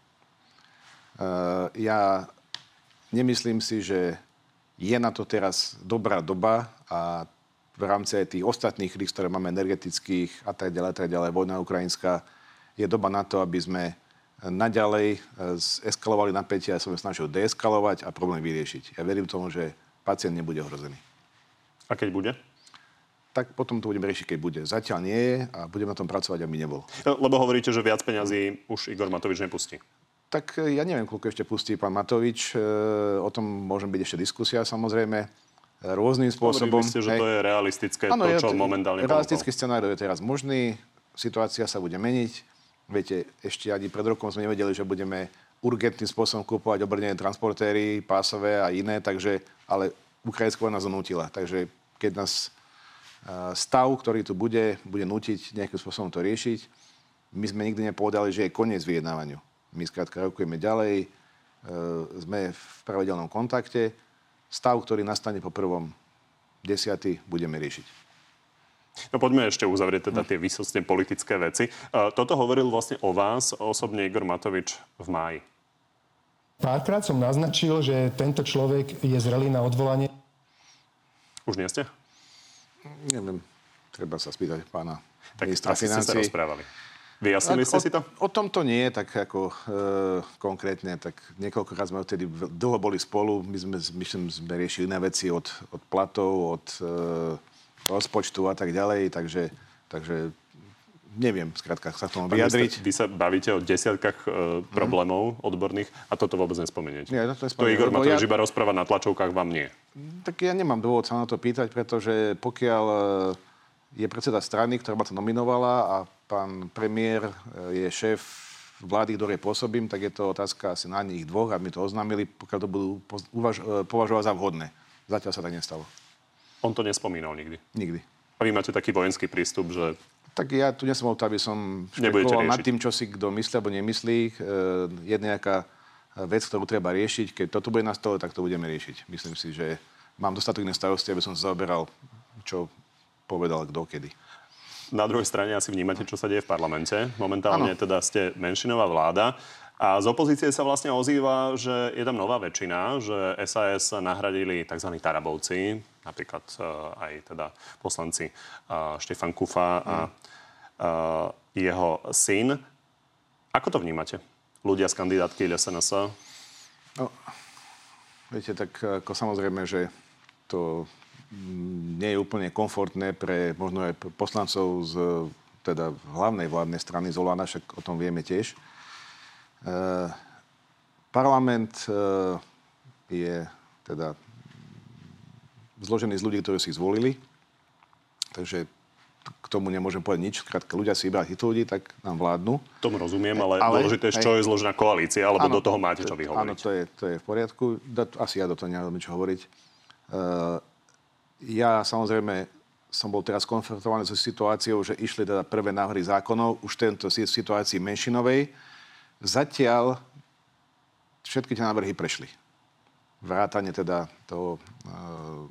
Ja nemyslím si, že je na to teraz dobrá doba a v rámci aj tých ostatných kríz, ktoré máme energetických a tak ďalej, tak ďalej, vojna ukrajinská, je doba na to, aby sme naďalej eskalovali napätie a som snažil deeskalovať a problém vyriešiť. Ja verím tomu, že pacient nebude ohrozený. A keď bude? Tak potom to budeme riešiť, keď bude. Zatiaľ nie je a budeme na tom pracovať, aby nebol. Lebo hovoríte, že viac peňazí už Igor Matovič nepustí. Tak ja neviem, koľko ešte pustí pán Matovič. O tom môže byť ešte diskusia, samozrejme. Rôznym spôsobom. Hovorili ste, že to je realistické, ano, to, čo je, momentálne ponúkol. Realistický scenár je teraz možný, situácia sa bude meniť. Viete, ešte ani pred rokom sme nevedeli, že budeme urgentným spôsobom kúpovať obrnené transportéry, pásové a iné, takže, ale ukrajinská vojna nás donútila. Takže keď nás stav, ktorý tu bude, bude nútiť nejakým spôsobom to riešiť, my sme nikdy nepovedali, že je koniec vyjednávaniu. My skrátka rokujeme ďalej, sme v pravidelnom kontakte. Stav, ktorý nastane po prvom desiaty, budeme riešiť. No poďme ešte uzavrieť teda tie výsostne politické veci. Toto hovoril vlastne o vás osobne Igor Matovič v máji. Párkrát som naznačil, že tento človek je zrelý na odvolanie. Už nie ste? Neviem. Treba sa spýtať pána tak ministra financí. Tak asi ste sa rozprávali. Vyjasnili ste o, si to? O tomto nie, tak ako e, konkrétne, tak niekoľkokrát sme odtedy dlho boli spolu. My sme, myslím, sme riešili iné veci od, od platov, od e, rozpočtu a tak ďalej, takže, takže neviem, skrátka, sa k tomu vyjadriť. Vy sa bavíte o desiatkách e, problémov mm. odborných a toto vôbec nespomeniete. Nie, to, to Igor Matovič ja... iba rozpráva na tlačovkách, vám nie. Tak ja nemám dôvod sa na to pýtať, pretože pokiaľ je predseda strany, ktorá ma to nominovala a pán premiér je šéf vlády, ktorej pôsobím, tak je to otázka asi na nich dvoch, aby mi to oznámili, pokiaľ to budú uvaž- považovať za vhodné. Zatiaľ sa tak nestalo. On to nespomínal nikdy? Nikdy. A vy máte taký vojenský prístup, že... Tak ja tu nesom o to, aby som špekuloval nad tým, čo si kto myslí alebo nemyslí. Je nejaká vec, ktorú treba riešiť. Keď toto bude na stole, tak to budeme riešiť. Myslím si, že mám dostatok iné starosti, aby som sa zaoberal, čo povedal kto kedy. Na druhej strane asi vnímate, čo sa deje v parlamente. Momentálne ano. Teda ste menšinová vláda. A z opozície sa vlastne ozýva, že je tam nová väčšina, že es a es nahradili tzv. Tarabovci, napríklad uh, aj teda poslanci uh, Štefan Kufa a uh, jeho syn. Ako to vnímate? Ľudia z kandidátky es en es? No, viete, tak ako samozrejme, že to nie je úplne komfortné pre možno aj poslancov z teda hlavnej vládnej strany z Olana, však o tom vieme tiež. E, parlament e, je teda zložený z ľudí, ktorí si zvolili, takže k tomu nemôžem povedať nič. Skrátka, ľudia si vybrali týchto ľudí, tak nám vládnu. Tomu rozumiem, ale, ale dôležité je, čo je zložená koalícia, alebo áno, do toho máte čo vyhovoriť. Áno, to je, to je v poriadku. Asi ja do toho neviem čo hovoriť. Uh, ja samozrejme som bol teraz konfrontovaný so situáciou, že išli teda prvé návrhy zákonov, už tento situácii menšinovej. Zatiaľ všetky tie návrhy prešli. Vrátane teda toho uh,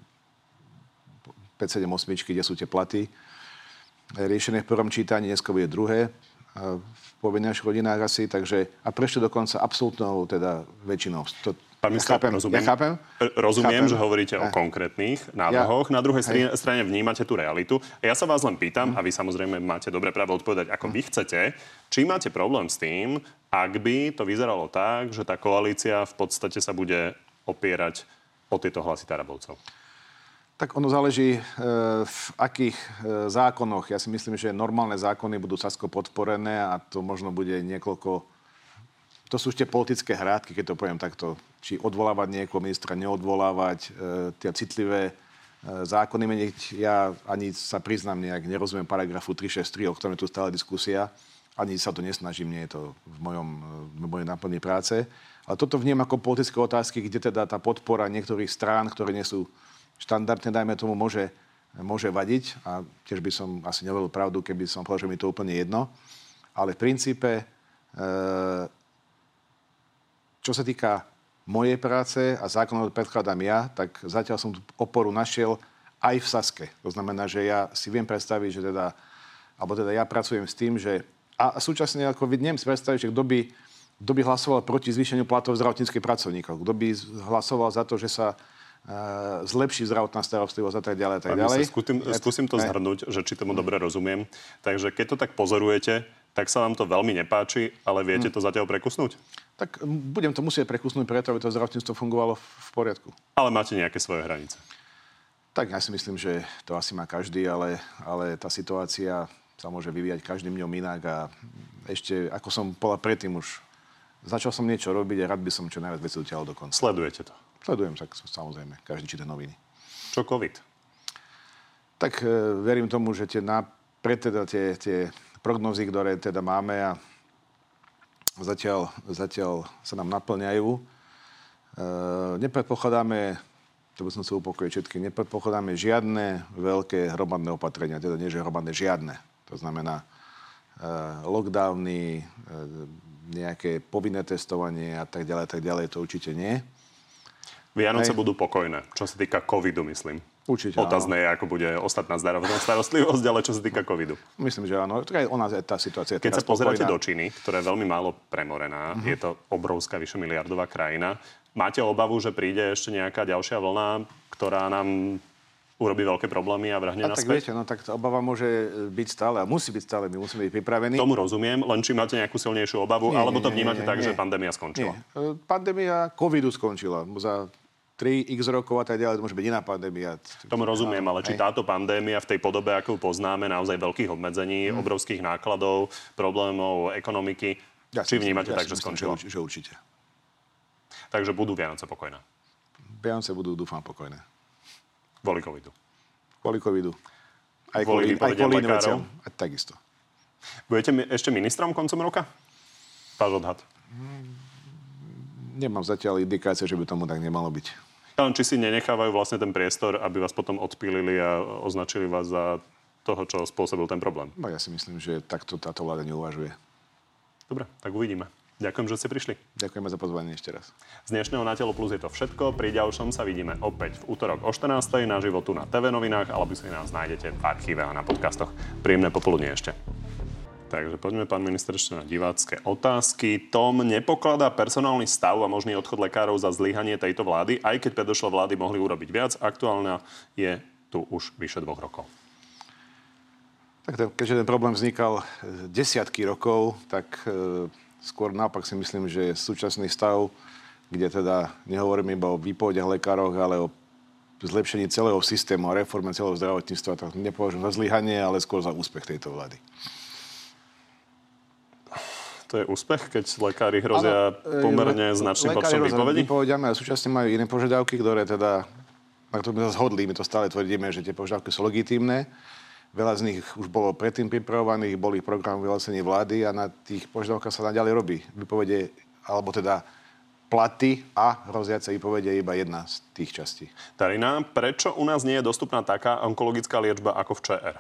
päť sedem osem, kde sú tie platy riešené v prvom čítaní, dneska bude druhé v povinných rodinách asi, takže a prešli dokonca absolútnou teda väčšinou. To, Pán minister, ja chápem, rozumiem, ja chápem, rozumiem chápem. že hovoríte ja. o konkrétnych návrhoch. Ja. Na druhej strane, strane vnímate tú realitu. Ja sa vás len pýtam, mm. a vy samozrejme máte dobré právo odpovedať, ako mm. vy chcete, či máte problém s tým, ak by to vyzeralo tak, že tá koalícia v podstate sa bude opierať o tieto hlasy Tarabovcov. Tak ono záleží, v akých zákonoch. Ja si myslím, že normálne zákony budú Sasko podporené a to možno bude niekoľko... To sú ešte politické hrádky, keď to poviem takto. Či odvolávať niekoho ministra, neodvolávať, tie citlivé zákony meniť. Ja ani sa priznám nejak, nerozumiem paragrafu tri šesť tri, o ktorom je tu stále diskusia. Ani sa to nesnažím, nie je to v mojom, v mojej náplni práce. Ale toto vnímam ako politické otázky, kde teda tá podpora niektorých strán, ktoré nie sú štandardne, dajme tomu, môže, môže vadiť. A tiež by som asi nevedel pravdu, keby som povedal, že mi to úplne jedno. Ale v princípe, e, čo sa týka mojej práce a zákonov predkladám ja, tak zatiaľ som tú oporu našiel aj v Saske. To znamená, že ja si viem predstaviť, že teda, alebo teda ja pracujem s tým, že a súčasne ako viem si predstaviť, že kto by, kto by hlasoval proti zvýšeniu platov zdravotníckych pracovníkov, kto by hlasoval za to, že sa zlepší zdravotná starostlivosť a tak ďalej, tak ďalej. Skúsim, skúsim to zhrnúť, že či tomu dobre rozumiem. Takže keď to tak pozorujete, tak sa vám to veľmi nepáči, ale viete to zatiaľ prekusnúť? Tak budem to musieť prekusnúť preto, aby to zdravotníctvo fungovalo v poriadku. Ale máte nejaké svoje hranice? Tak ja si myslím, že to asi má každý, ale, ale tá situácia sa môže vyvíjať každým dňom inak a ešte, ako som povedal predtým už, začal som niečo robiť a rád by som čo najviac veci utiahol do konca. Sledujete to? Sledujem, tak samozrejme. Každý číta noviny. Čo COVID? Tak e, verím tomu, že tie, na, pre teda tie, tie prognozy, ktoré teda máme a zatiaľ, zatiaľ sa nám naplňajú. E, nepredpokladáme, to by som sa upokojiť všetky, nepredpokladáme žiadne veľké hromadné opatrenia, teda nie, že hromadné, žiadne. To znamená e, lockdowny, e, nejaké povinné testovanie a tak ďalej, tak ďalej, to určite nie. Vianoce budú pokojné, čo sa týka covidu, myslím. Určite Otázne je, ako bude ostatná zdravotná starostlivosť, ale čo sa týka covidu. Myslím, že áno. Aj u nás je tá situácia. Keď sa pozeráte do Číny, ktorá je veľmi málo premorená, uh-huh. je to obrovská, vyše miliardová krajina, máte obavu, že príde ešte nejaká ďalšia vlna, ktorá nám urobí veľké problémy a vrhne a naspäť? Tak viete, no tak tá obava môže byť stále a musí byť stále. My musíme byť pripravení. Tomu rozumiem, len či máte nejakú silnejšiu obavu, nie, alebo to vnímate nie, nie, tak, nie. že pandémia skončila? Nie. Pandémia covidu skončila. Za tri x rokov a tak ďalej, to môže byť iná pandémia. Tomu rozumiem, ale či táto pandémia v tej podobe, ako ju poznáme, naozaj veľkých obmedzení, hmm. obrovských nákladov, problémov ekonomiky, ja či vnímate ja tak, že skončila? Že, že určite. Takže budú Vianoce pokojné? Vianoce budú, dúfam, pokojné. Kvôli covidu? Kvôli covidu. Aj kvôli, kvôli, aj kvôli iným veciam. A takisto. Budete ešte ministrom koncom roka? Váš odhad? Hmm. Nemám zatiaľ indikácie, že by tomu tak nemalo byť. Ale či si nenechávajú vlastne ten priestor, aby vás potom odpílili a označili vás za toho, čo spôsobil ten problém? No ja si myslím, že takto táto vláda neuvažuje. Dobre, tak uvidíme. Ďakujem, že ste prišli. Ďakujeme za pozvanie ešte raz. Z dnešného Na telo plus je to všetko. Pri ďalšom sa vidíme opäť v útorok o štrnástej na živo tu na té vé novinách, alebo si nás nájdete v archíve a na podcastoch. Príjemné popoludnie ešte. Takže poďme, pán minister, ešte na divácké otázky. Tom nepokladá personálny stav a možný odchod lekárov za zlyhanie tejto vlády, aj keď predošlé vlády mohli urobiť viac. Aktuálna je tu už vyše dvoch rokov. Tak keďže ten problém vznikal desiatky rokov, tak e, skôr naopak si myslím, že súčasný stav, kde teda nehovorím iba o výpovediach lekároch, ale o zlepšení celého systému a reforme celého zdravotníctva, tak nepovažujem za zlyhanie, ale skôr za úspech tejto vlády. To je úspech, keď lekári hrozia ano, pomerne le- značným počtom výpovedí? Výpovediami, ale súčasne majú iné požiadavky, ktoré teda, na ktoré sme sa zhodli, my to stále tvrdíme, že tie požiadavky sú legitímne. Veľa z nich už bolo predtým pripravovaných, boli v programu vyhlásení vlády a na tých požiadavkách sa naďalej robí. Výpovede, alebo teda platy a hroziace výpovede je iba jedna z tých častí. Darina, prečo u nás nie je dostupná taká onkologická liečba ako v ČR?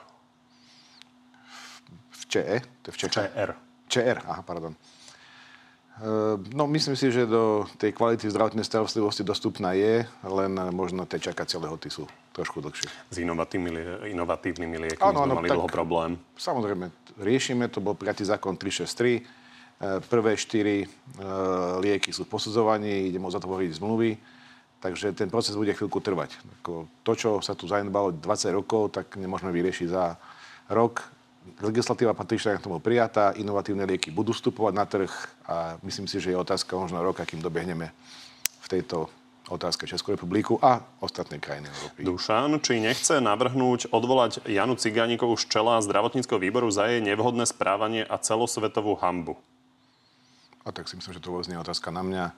V ČE? To je v Čechách. ČR. ČR, aha, pardon. No, myslím si, že do tej kvality zdravotnej starostlivosti dostupná je, len možno tie čakacie lehoty sú trošku dlhšie. S inovatívnymi, inovatívnymi liekmi sme mali dlho problém. Samozrejme, riešime, to bol prijatý zákon tri šesť tri. Prvé štyri lieky sú v posudzovaní, ideme uzatvoriť zmluvy, takže ten proces bude chvíľku trvať. To, čo sa tu zanedbalo dvadsať rokov, tak nemôžeme vyriešiť za rok. Legislatíva patričná k tomu prijatá, inovatívne lieky budú vstupovať na trh a myslím si, že je otázka možno roka, kým dobehneme v tejto otázke Českú republiku a ostatné krajiny Európy. Dušan, či nechce navrhnúť odvolať Janu Cigánikovú z čela zdravotníckeho výboru za jej nevhodné správanie a celosvetovú hanbu? A tak si myslím, že to vôbec nie je otázka na mňa. E,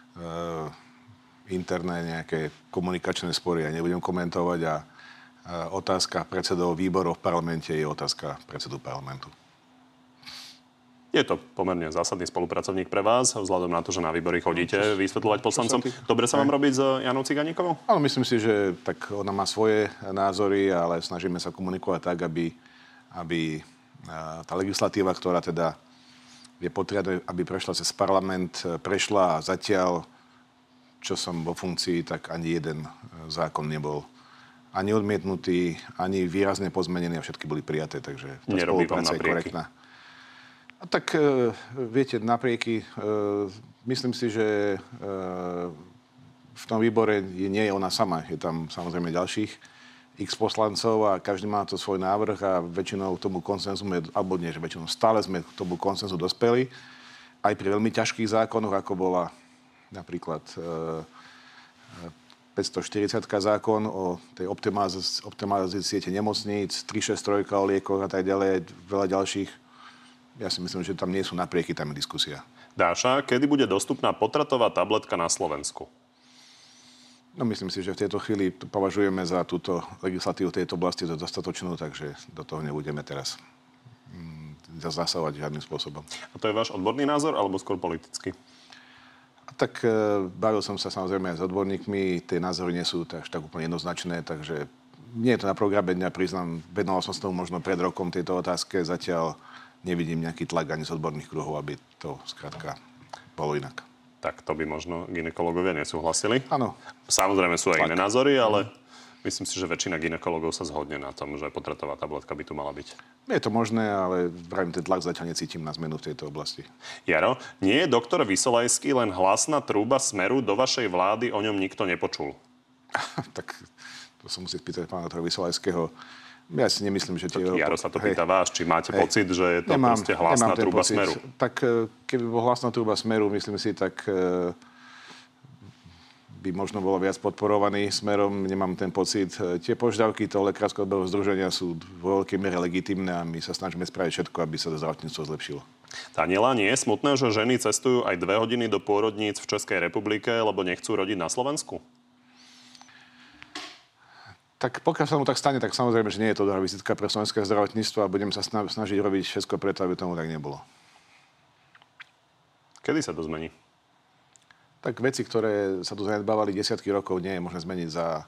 interné nejaké komunikačné spory ja nebudem komentovať a otázka predsedov výborov v parlamente je otázka predsedu parlamentu. Je to pomerne zásadný spolupracovník pre vás, vzhľadom na to, že na výbory chodíte vysvetľovať poslancom. Dobre sa vám robiť s Janou Cigánikovou? Áno, myslím si, že tak ona má svoje názory, ale snažíme sa komunikovať tak, aby, aby tá legislatíva, ktorá teda je potrebná, aby prešla cez parlament, prešla a zatiaľ, čo som vo funkcii, tak ani jeden zákon nebol ani odmietnutý, ani výrazne pozmenený a všetky boli prijaté, takže tá spolupráca je korektná. A tak, e, viete, naprieky, e, myslím si, že e, v tom výbore je, nie je ona sama. Je tam samozrejme ďalších x poslancov a každý má to svoj návrh a väčšinou tomu konsenzu, alebo nie, že väčšinou stále sme k tomu konsenzu dospeli. Aj pri veľmi ťažkých zákonoch, ako bola napríklad e, päťstoštyridsať zákon o tej optimalizácii, optimalizácii siete nemocníc, tri šesť tri o liekoch a tak ďalej, veľa ďalších. Ja si myslím, že tam nie sú naprieky, tam je diskusia. Dáša, kedy bude dostupná potratová tabletka na Slovensku? No myslím si, že v tejto chvíli považujeme za túto legislatívu tejto oblasti za dostatočnú, takže do toho nebudeme teraz mm, zasahovať žiadnym spôsobom. A to je váš odborný názor alebo skôr politický? Tak e, bavil som sa samozrejme aj s odborníkmi, tie názory nie sú tak, tak úplne jednoznačné, takže nie je to na programe dňa, priznám, venoval som sa tomu možno pred rokom tejto otázke, zatiaľ nevidím nejaký tlak ani z odborných kruhov, aby to skrátka bolo inak. Tak to by možno gynekológovia nesúhlasili? Áno. Samozrejme sú aj tlak. Iné názory, ale myslím si, že väčšina gynekológov sa zhodne na tom, že potratová tabletka by tu mala byť. Je to možné, ale vravím, ten tlak zatiaľ necítim na zmenu v tejto oblasti. Jaro, nie je doktor Vysolajský len hlasná trúba Smeru do vašej vlády, o ňom nikto nepočul? Tak to som musieť pýtať pána doktora Vysolajského. Ja si nemyslím, že tie... Jaro sa to hej, pýta vás, či máte hej, pocit, že je to nemám, proste hlasná trúba pocit. Smeru? Tak keby bol hlasná trúba Smeru, myslím si, tak by možno bolo viac podporovaný Smerom, nemám ten pocit. Tie požiadavky toho lekárskeho odborového združenia sú vo veľkej miere legitímne a my sa snažíme spraviť všetko, aby sa to zdravotníctvo zlepšilo. Daniela, nie je smutné, že ženy cestujú aj dve hodiny do pôrodníc v Českej republike, lebo nechcú rodiť na Slovensku? Tak pokiaľ sa mu tak stane, tak samozrejme, že nie je to dobrá vizitka pre slovenské zdravotníctvo a budem sa snažiť robiť všetko preto, aby tomu tak nebolo. Kedy sa to zmení? Tak veci, ktoré sa tu zanedbávali desiatky rokov, nie je možné zmeniť za e,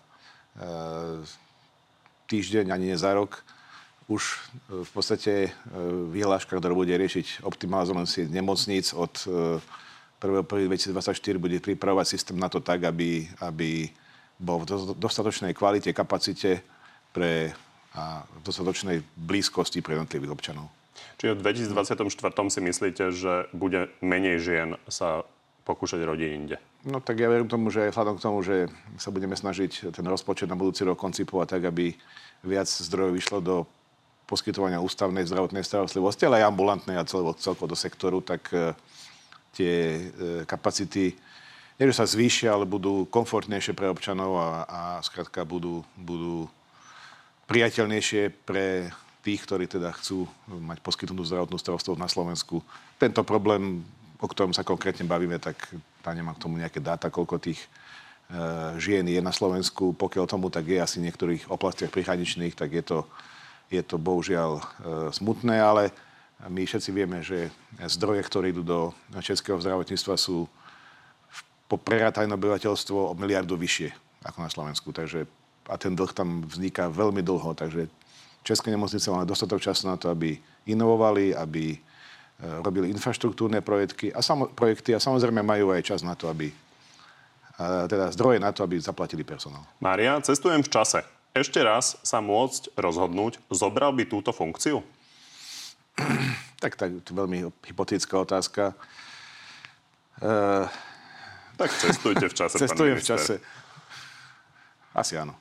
týždeň, ani nie za rok. Už e, v podstate e, vyhláška, ktorá bude riešiť optimalizovanú sieť nemocníc od e, prvého prvého dvetisícdvadsaťštyri bude pripravovať systém na to tak, aby, aby bol v dostatočnej kvalite, kapacite pre, a v dostatočnej blízkosti pre jednotlivých občanov. Čiže v dvetisícdvadsaťštyri si myslíte, že bude menej žien sa pokúšať rodiť inde? No tak ja verím tomu, že vzhľadom k tomu, že sa budeme snažiť ten rozpočet na budúci rok koncipovať tak, aby viac zdrojov vyšlo do poskytovania ústavnej zdravotnej starostlivosti, ale aj ambulantnej a celkovo, celkovo do sektoru, tak e, tie e, kapacity nie, že sa zvýšia, ale budú komfortnejšie pre občanov a, a skrátka budú, budú priateľnejšie pre tých, ktorí teda chcú mať poskytnutú zdravotnú starostlivosť na Slovensku. Tento problém, o ktorom sa konkrétne bavíme, tak tá nemám k tomu nejaké dáta, koľko tých e, žien je na Slovensku. Pokiaľ tomu tak je asi v niektorých oblastiach prihraničných, tak je to Je to bohužiaľ e, smutné, ale my všetci vieme, že zdroje, ktoré idú do českého zdravotníctva, sú po prerátaní obyvateľstvo o miliardu vyššie ako na Slovensku. Takže, a ten dlh tam vzniká veľmi dlho. Takže české nemocnice máme dostatok času na to, aby inovovali, aby e, robili infraštruktúrne projekty a, samo, projekty a samozrejme majú aj čas na to, aby e, teda zdroje na to, aby zaplatili personál. Mária, cestujem v čase. Ešte raz sa môcť rozhodnúť, zobral by túto funkciu? Tak, tak, to je veľmi hypotetická otázka. Uh, tak cestujte v čase, Cestujem pán v čase. Asi áno.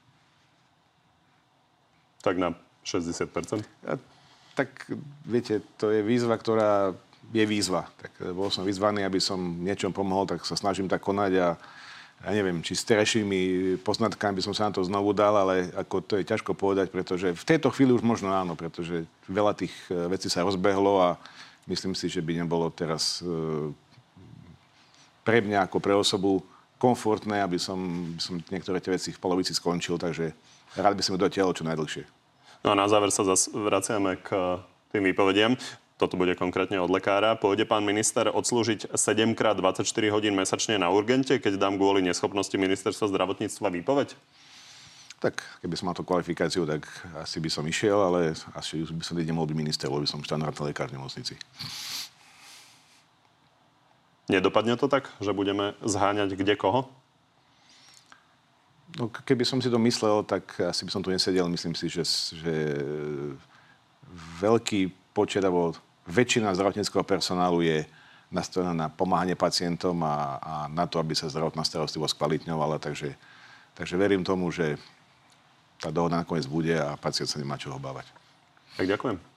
Tak na šesťdesiat percent? Ja, tak, viete, to je výzva, ktorá je výzva. Tak bol som vyzvaný, aby som niečom pomohol, tak sa snažím tak konať a ja neviem, či s terajšími poznatkami by som sa na to znovu dal, ale ako to je ťažko povedať, pretože v tejto chvíli už možno áno, pretože veľa tých vecí sa rozbehlo a myslím si, že by nebolo teraz e, pre mňa ako pre osobu komfortné, aby som, by som niektoré tie veci v polovici skončil, takže rád by som ju dotiahol čo najdlhšie. No a na záver sa zase vraciame k tým výpovediam. Toto bude konkrétne od lekára. Pôjde pán minister odslúžiť sedem krát dvadsaťštyri hodín mesačne na urgente, keď dám kvôli neschopnosti ministerstva zdravotníctva výpoveď? Tak, keby som mal tú kvalifikáciu, tak asi by som išiel, ale asi by som nemohol byť minister, lebo by som štandardný lekár v nemocnici. Nedopadne to tak, že budeme zháňať kde koho? No, keby som si to myslel, tak asi by som tu nesedel. Myslím si, že, že veľký počet, alebo väčšina zdravotníckeho personálu je nastavená na pomáhanie pacientom a, a na to, aby sa zdravotná starostlivosť kvalitňovala. Takže, takže verím tomu, že tá dohoda nakoniec bude a pacient sa nemá čo obávať. Tak ďakujem.